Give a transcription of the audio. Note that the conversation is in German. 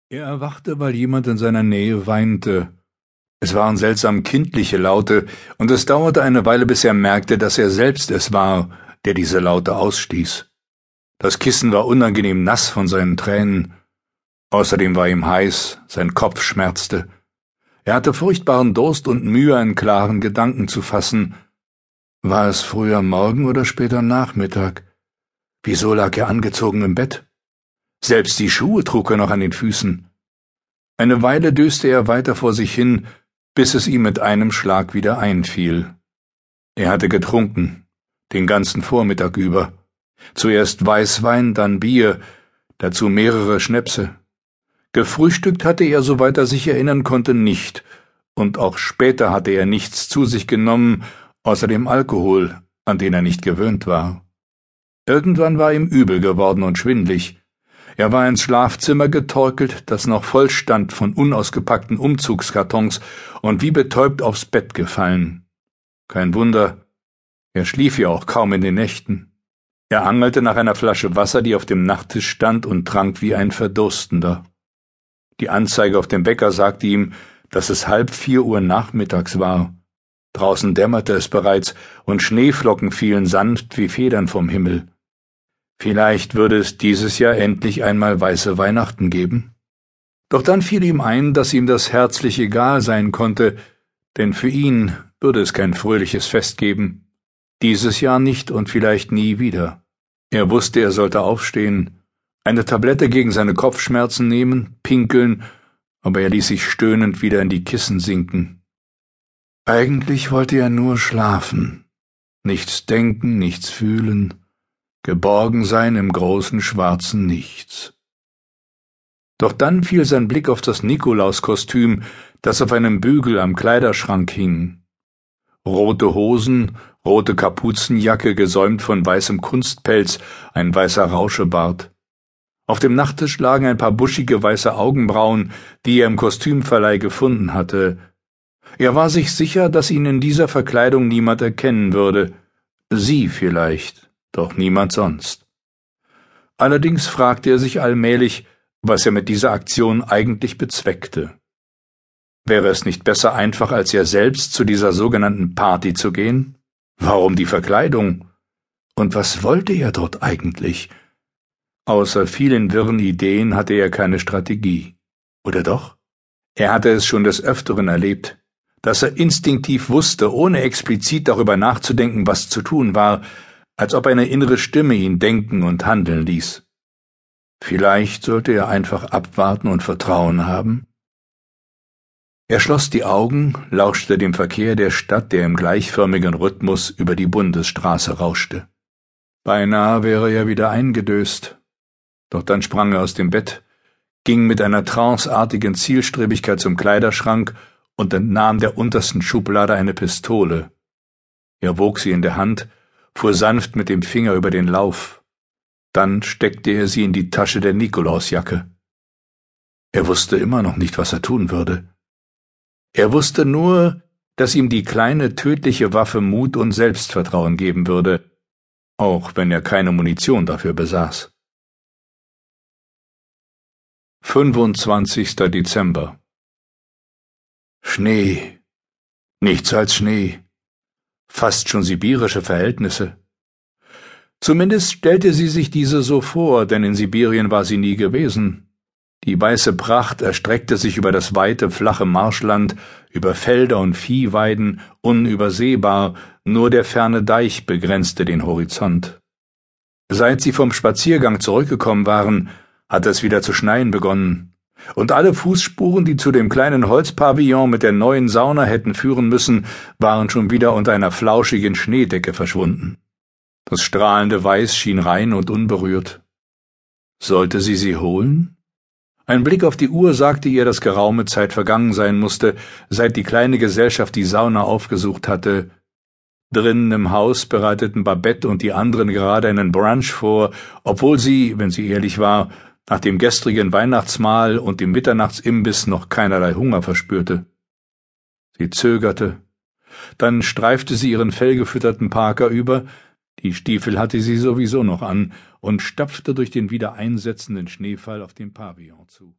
Er erwachte, weil jemand in seiner Nähe weinte. Es waren seltsam kindliche Laute, und es dauerte eine Weile, bis er merkte, dass er selbst es war, der diese Laute ausstieß. Das Kissen war unangenehm nass von seinen Tränen. Außerdem war ihm heiß, sein Kopf schmerzte. Er hatte furchtbaren Durst und Mühe, einen klaren Gedanken zu fassen. War es früher Morgen oder später Nachmittag? Wieso lag er angezogen im Bett? Selbst die Schuhe trug er noch an den Füßen. Eine Weile döste er weiter vor sich hin, bis es ihm mit einem Schlag wieder einfiel. Er hatte getrunken, den ganzen Vormittag über. Zuerst Weißwein, dann Bier, dazu mehrere Schnäpse. Gefrühstückt hatte er, soweit er sich erinnern konnte, nicht, und auch später hatte er nichts zu sich genommen, außer dem Alkohol, an den er nicht gewöhnt war. Irgendwann war ihm übel geworden und schwindlig. Er war ins Schlafzimmer getorkelt, das noch voll stand von unausgepackten Umzugskartons, und wie betäubt aufs Bett gefallen. Kein Wunder, er schlief ja auch kaum in den Nächten. Er angelte nach einer Flasche Wasser, die auf dem Nachttisch stand, und trank wie ein Verdurstender. Die Anzeige auf dem Wecker sagte ihm, dass es 3:30 nachmittags war. Draußen dämmerte es bereits, und Schneeflocken fielen sanft wie Federn vom Himmel. Vielleicht würde es dieses Jahr endlich einmal weiße Weihnachten geben. Doch dann fiel ihm ein, dass ihm das herzlich egal sein konnte, denn für ihn würde es kein fröhliches Fest geben. Dieses Jahr nicht und vielleicht nie wieder. Er wusste, er sollte aufstehen, eine Tablette gegen seine Kopfschmerzen nehmen, pinkeln, aber er ließ sich stöhnend wieder in die Kissen sinken. Eigentlich wollte er nur schlafen, nichts denken, nichts fühlen, geborgen sein im großen schwarzen Nichts. Doch dann fiel sein Blick auf das Nikolauskostüm, das auf einem Bügel am Kleiderschrank hing. Rote Hosen, rote Kapuzenjacke, gesäumt von weißem Kunstpelz, ein weißer Rauschebart. Auf dem Nachttisch lagen ein paar buschige weiße Augenbrauen, die er im Kostümverleih gefunden hatte. Er war sich sicher, dass ihn in dieser Verkleidung niemand erkennen würde. Sie vielleicht, doch niemand sonst. Allerdings fragte er sich allmählich, was er mit dieser Aktion eigentlich bezweckte. Wäre es nicht besser, einfach als er selbst zu dieser sogenannten Party zu gehen? Warum die Verkleidung? Und was wollte er dort eigentlich? Außer vielen wirren Ideen hatte er keine Strategie. Oder doch? Er hatte es schon des Öfteren erlebt, dass er instinktiv wusste, ohne explizit darüber nachzudenken, was zu tun war, als ob eine innere Stimme ihn denken und handeln ließ. Vielleicht sollte er einfach abwarten und Vertrauen haben. Er schloss die Augen, lauschte dem Verkehr der Stadt, der im gleichförmigen Rhythmus über die Bundesstraße rauschte. Beinahe wäre er wieder eingedöst. Doch dann sprang er aus dem Bett, ging mit einer tranceartigen Zielstrebigkeit zum Kleiderschrank und entnahm der untersten Schublade eine Pistole. Er wog sie in der Hand, fuhr sanft mit dem Finger über den Lauf. Dann steckte er sie in die Tasche der Nikolausjacke. Er wusste immer noch nicht, was er tun würde. Er wusste nur, dass ihm die kleine, tödliche Waffe Mut und Selbstvertrauen geben würde, auch wenn er keine Munition dafür besaß. 25. Dezember. Schnee. Nichts als Schnee. Fast schon sibirische Verhältnisse. Zumindest stellte sie sich diese so vor, denn in Sibirien war sie nie gewesen. Die weiße Pracht erstreckte sich über das weite, flache Marschland, über Felder und Viehweiden, unübersehbar, nur der ferne Deich begrenzte den Horizont. Seit sie vom Spaziergang zurückgekommen waren, hatte es wieder zu schneien begonnen, und alle Fußspuren, die zu dem kleinen Holzpavillon mit der neuen Sauna hätten führen müssen, waren schon wieder unter einer flauschigen Schneedecke verschwunden. Das strahlende Weiß schien rein und unberührt. Sollte sie holen? Ein Blick auf die Uhr sagte ihr, dass geraume Zeit vergangen sein musste, seit die kleine Gesellschaft die Sauna aufgesucht hatte. Drinnen im Haus bereiteten Babette und die anderen gerade einen Brunch vor, obwohl sie, wenn sie ehrlich war, nach dem gestrigen Weihnachtsmahl und dem Mitternachtsimbiss noch keinerlei Hunger verspürte. Sie zögerte. Dann streifte sie ihren fellgefütterten Parker über, die Stiefel hatte sie sowieso noch an, und stapfte durch den wieder einsetzenden Schneefall auf den Pavillon zu.